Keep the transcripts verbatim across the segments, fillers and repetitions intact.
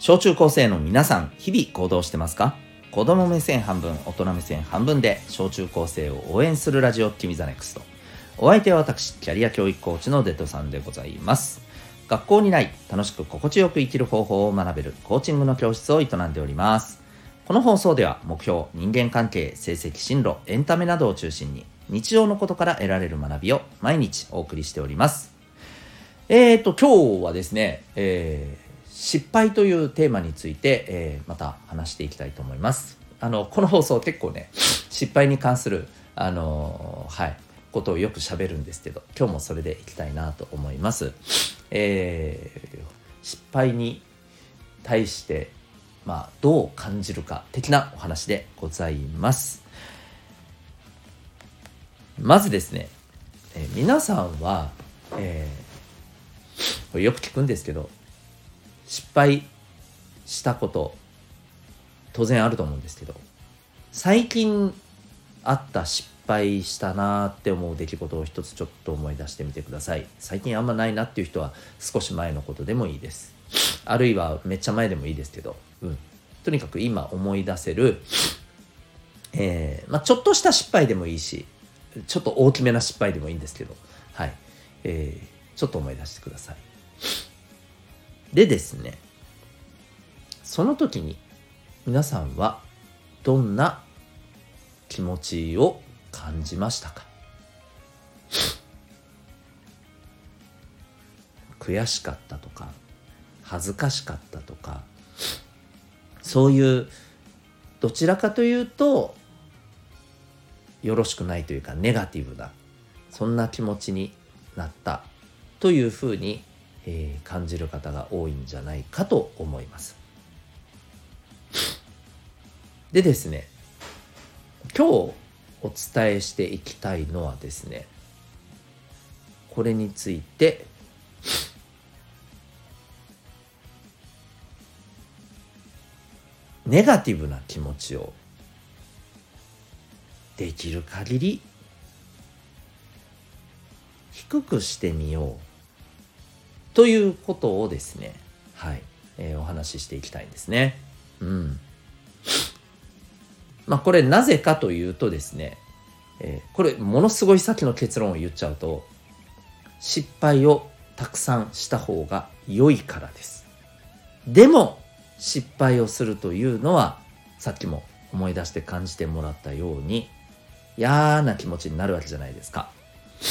小中高生の皆さん、日々行動してますか？子供目線半分、大人目線半分で小中高生を応援するラジオ君ザネクスト。お相手は私、キャリア教育コーチのデトさんでございます。学校にない楽しく心地よく生きる方法を学べるコーチングの教室を営んでおります。この放送では目標、人間関係、成績、進路、エンタメなどを中心に日常のことから得られる学びを毎日お送りしております。えーと今日はですね、えー失敗というテーマについて、えー、また話していきたいと思います。あのこの放送結構ね、失敗に関するあのー、はいことをよく喋るんですけど、今日もそれでいきたいなと思います。えー、失敗に対してまあどう感じるか的なお話でございます。まずですね、えー、皆さんは、えー、これよく聞くんですけど、失敗したこと当然あると思うんですけど、最近あった失敗したなって思う出来事を一つちょっと思い出してみてください。最近あんまないなっていう人は少し前のことでもいいです。あるいはめっちゃ前でもいいですけど、うん、とにかく今思い出せる、えーまあ、ちょっとした失敗でもいいし、ちょっと大きめな失敗でもいいんですけど、はい、えー、ちょっと思い出してください。でですね、その時に皆さんはどんな気持ちを感じましたか？悔しかったとか、恥ずかしかったとか、そういうどちらかというとよろしくないというかネガティブな、そんな気持ちになったというふうにえー、感じる方が多いんじゃないかと思います。でですね、今日お伝えしていきたいのはですね、これについてネガティブな気持ちをできる限り低くしてみようということをですね、はい、えー、お話ししていきたいんですね。うん。まあこれなぜかというとですね、えー、これものすごい先の結論を言っちゃうと、失敗をたくさんした方が良いからです。でも失敗をするというのは、さっきも思い出して感じてもらったように嫌な気持ちになるわけじゃないですか。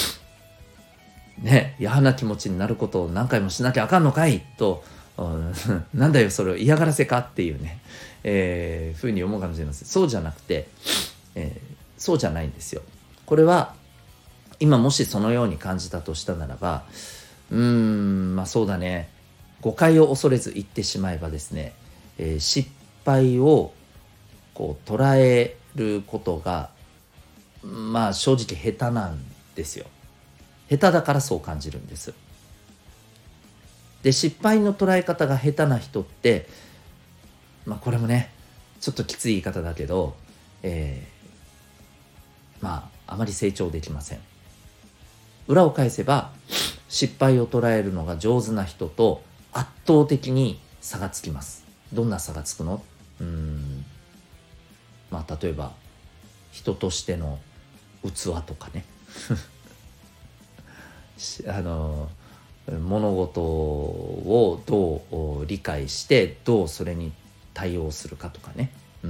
ね、嫌な気持ちになることを何回もしなきゃあかんのかいと、なんだよそれを嫌がらせかっていうね、えー、ふうに思うかもしれません。そうじゃなくて、えー、そうじゃないんですよ。これは今もしそのように感じたとしたならば、うーんまあそうだね、誤解を恐れず言ってしまえばですね、えー、失敗をこう捉えることがまあ正直下手なんですよ。下手だからそう感じるんです。で、失敗の捉え方が下手な人って、まあこれもね、ちょっときつい言い方だけど、えー、まああまり成長できません。裏を返せば、失敗を捉えるのが上手な人と圧倒的に差がつきます。どんな差がつくの？うーん、まあ例えば人としての器とかね。あの物事をどう理解してどうそれに対応するかとかね、うん、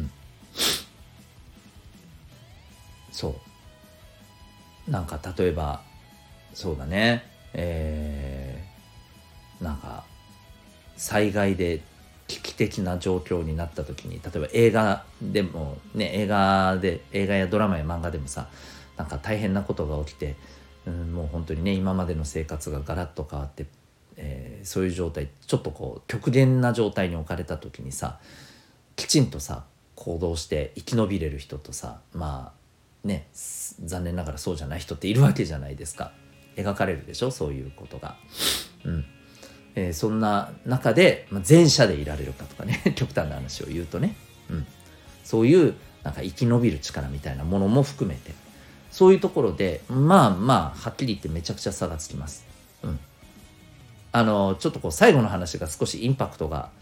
そうなんか例えばそうだね、えー、なんか災害で危機的な状況になった時に、例えば映画でもね、映画で映画やドラマや漫画でもさ、なんか大変なことが起きて、うん、もう本当にね、今までの生活がガラッと変わって、えー、そういう状態、ちょっとこう極限な状態に置かれた時にさ、きちんとさ行動して生き延びれる人とさ、まあね、残念ながらそうじゃない人っているわけじゃないですか。描かれるでしょ、そういうことが。うん、えー、そんな中で、まあ、前者でいられるかとかね極端な話を言うとね、うん、そういうなんか生き延びる力みたいなものも含めて、そういうところでまあまあはっきり言ってめちゃくちゃ差がつきます。うん、あのちょっとこう最後の話が少しインパクトが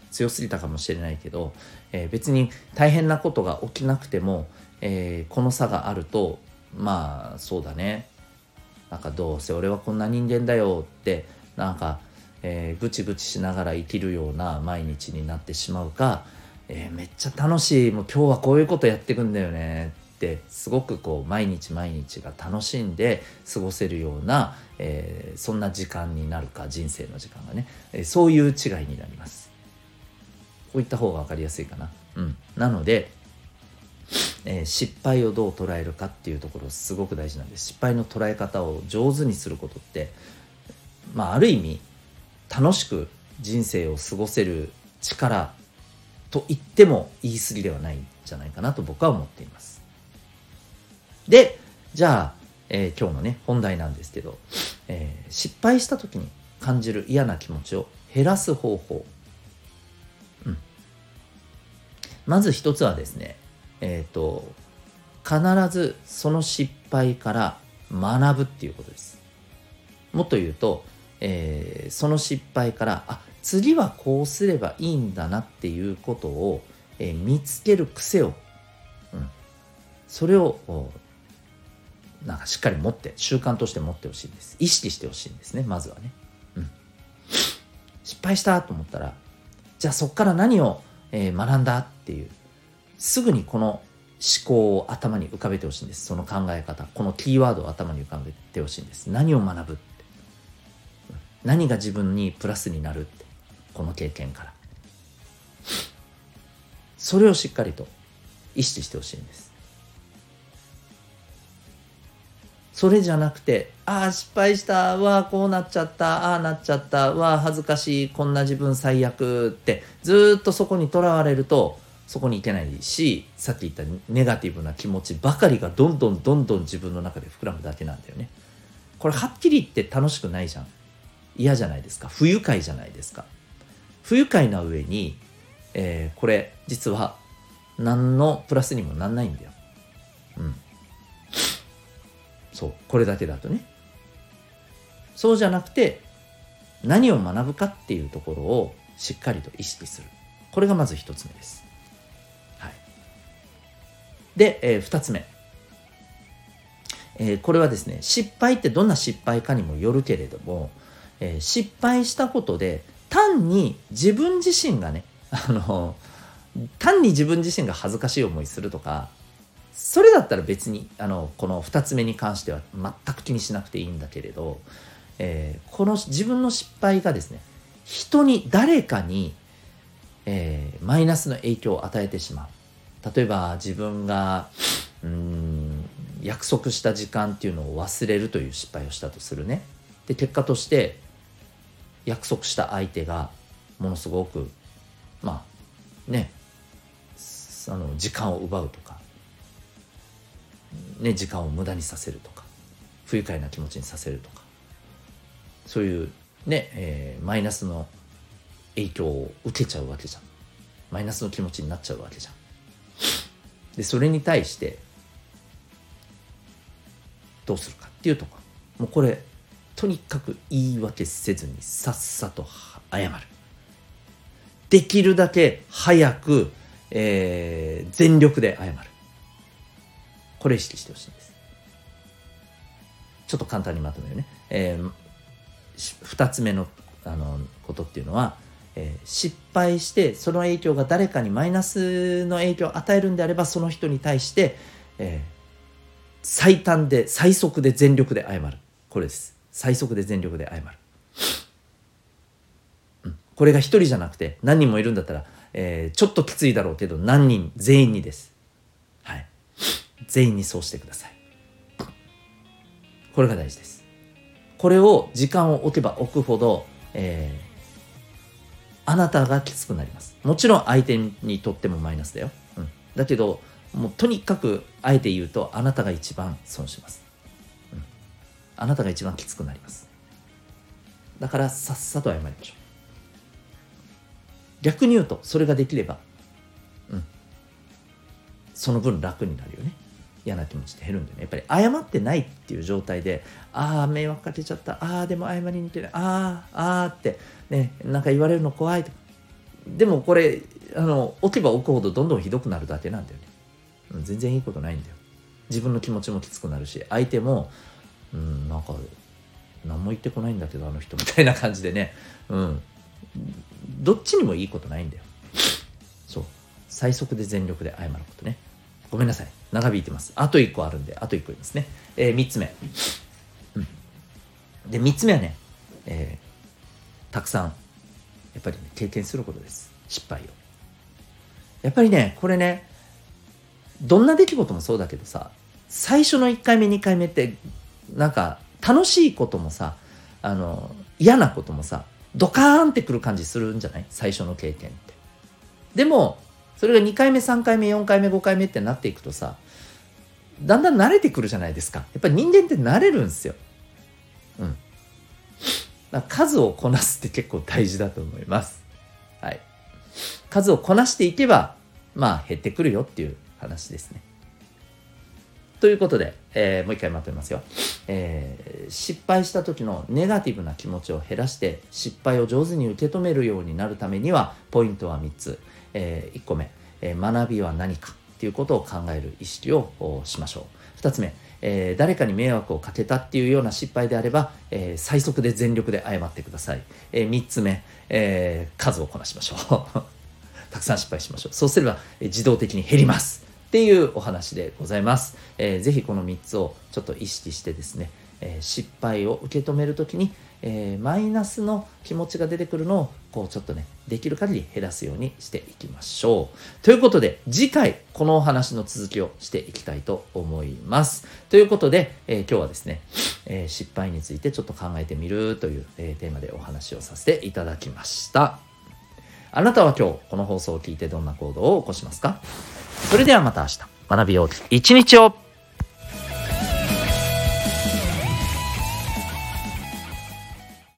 強すぎたかもしれないけど、えー、別に大変なことが起きなくても、えー、この差があると、まあそうだね、なんかどうせ俺はこんな人間だよってなんか、えー、ぐちぐちしながら生きるような毎日になってしまうか、えー、めっちゃ楽しい、もう今日はこういうことやってくんだよねってすごくこう毎日毎日が楽しんで過ごせるような、えー、そんな時間になるか、人生の時間がね、えー、そういう違いになります。こういった方が分かりやすいかな。うん、なので、えー、失敗をどう捉えるかっていうところすごく大事なんです。失敗の捉え方を上手にすることって、まあある意味楽しく人生を過ごせる力と言っても言い過ぎではないんじゃないかなと僕は思っています。で、じゃあ、えー、今日のね本題なんですけど、えー、失敗した時に感じる嫌な気持ちを減らす方法、うん、まず一つはですね、えっと必ずその失敗から学ぶっていうことです。もっと言うと、えー、その失敗からあ次はこうすればいいんだなっていうことを、えー、見つける癖を、うん、それをなんかしっかり持って習慣として持ってほしいです。意識してほしいんですね、まずはね、うん、失敗したと思ったらじゃあそこから何を、えー、学んだっていうすぐにこの思考を頭に浮かべてほしいんです。その考え方、このキーワードを頭に浮かべてほしいんです。何を学ぶって、何が自分にプラスになるって、この経験からそれをしっかりと意識してほしいんです。それじゃなくて、ああ失敗したわ、こうなっちゃった、ああなっちゃったわ、恥ずかしい、こんな自分最悪ってずっとそこにとらわれるとそこに行けないし、さっき言ったネガティブな気持ちばかりがどんどんどんどん自分の中で膨らむだけなんだよね。これはっきり言って楽しくないじゃん。嫌じゃないですか。不愉快じゃないですか。不愉快な上に、えー、これ実は何のプラスにもなんないんだよ。うん。そう、これだけだとね。そうじゃなくて何を学ぶかっていうところをしっかりと意識する。これがまず一つ目です。はい。で、えー、二つ目、えー、これはですね、失敗ってどんな失敗かにもよるけれども、えー、失敗したことで単に自分自身がね、あの単に自分自身が恥ずかしい思いするとか、それだったら別にあのこのふたつめに関しては全く気にしなくていいんだけれど、えー、この自分の失敗がですね、人に誰かに、えー、マイナスの影響を与えてしまう。例えば自分がうーん約束した時間っていうのを忘れるという失敗をしたとするね。で結果として約束した相手がものすごくまあねあの時間を奪うとか、ね、時間を無駄にさせるとか、不愉快な気持ちにさせるとか、そういうね、えー、マイナスの影響を受けちゃうわけじゃん。マイナスの気持ちになっちゃうわけじゃん。でそれに対してどうするかっていうところ、もうこれとにかく言い訳せずにさっさと謝る。できるだけ早く、えー、全力で謝る。これ意識してほしいんです。ちょっと簡単にまとめるね。えー、ふたつめの、あのことっていうのは、えー、失敗してその影響が誰かにマイナスの影響を与えるんであれば、その人に対して、えー、最短で最速で全力で謝る。これです。最速で全力で謝る。うん、これが一人じゃなくて何人もいるんだったら、えー、ちょっときついだろうけど何人全員にです。はい。全員にそうしてください。これが大事です。これを時間を置けば置くほど、えー、あなたがきつくなります。もちろん相手にとってもマイナスだよ。うん、だけどもうとにかくあえて言うとあなたが一番損します。うん、あなたが一番きつくなります。だからさっさと謝りましょう。逆に言うとそれができれば、うん、その分楽になるよね。嫌な気持ちって減るんだよね。やっぱり謝ってないっていう状態で、ああ迷惑かけちゃった、ああでも謝りに行けない、ああああってね、なんか言われるの怖いとか、 でもこれあの置けば置くほどどんどんひどくなるだけなんだよね。うん、全然いいことないんだよ。自分の気持ちもきつくなるし、相手もうんなんか何も言ってこないんだけどあの人みたいな感じでね、うんどっちにもいいことないんだよ。そう、最速で全力で謝ることね。ごめんなさい、長引いてます。あといっこあるんで、あといっこ言いますね。えー、みっつめ、うん、でみっつめはね、えー、たくさんやっぱり、ね、経験することです。失敗をやっぱりね、これね、どんな出来事もそうだけどさ、最初のいっかいめにかいめってなんか楽しいこともさ、あの嫌なこともさドカーンってくる感じするんじゃない？最初の経験って。でもそれがにかいめさんかいめよんかいめごかいめってなっていくとさ、だんだん慣れてくるじゃないですか。やっぱり人間って慣れるんですよ。うん。だから数をこなすって結構大事だと思います。はい。数をこなしていけばまあ減ってくるよっていう話ですね。ということで、えー、もう一回まとめますよ、えー、失敗した時のネガティブな気持ちを減らして失敗を上手に受け止めるようになるためにはポイントはみっつ、えー、いっこめ、えー、学びは何かということを考える意識をしましょう。ふたつめ、えー、誰かに迷惑をかけたっていうような失敗であれば、えー、最速で全力で謝ってください。えー、みっつめ、えー、数をこなしましょうたくさん失敗しましょう。そうすれば、えー、自動的に減りますっていうお話でございます。えー、ぜひこのみっつをちょっと意識してですね、えー、失敗を受け止めるときに、えー、マイナスの気持ちが出てくるのをこうちょっとね、できる限り減らすようにしていきましょう。ということで次回このお話の続きをしていきたいと思います。ということで、えー、今日はですね、えー、失敗についてちょっと考えてみるという、えー、テーマでお話をさせていただきました。あなたは今日この放送を聞いてどんな行動を起こしますか？それではまた明日、学びよう一日を。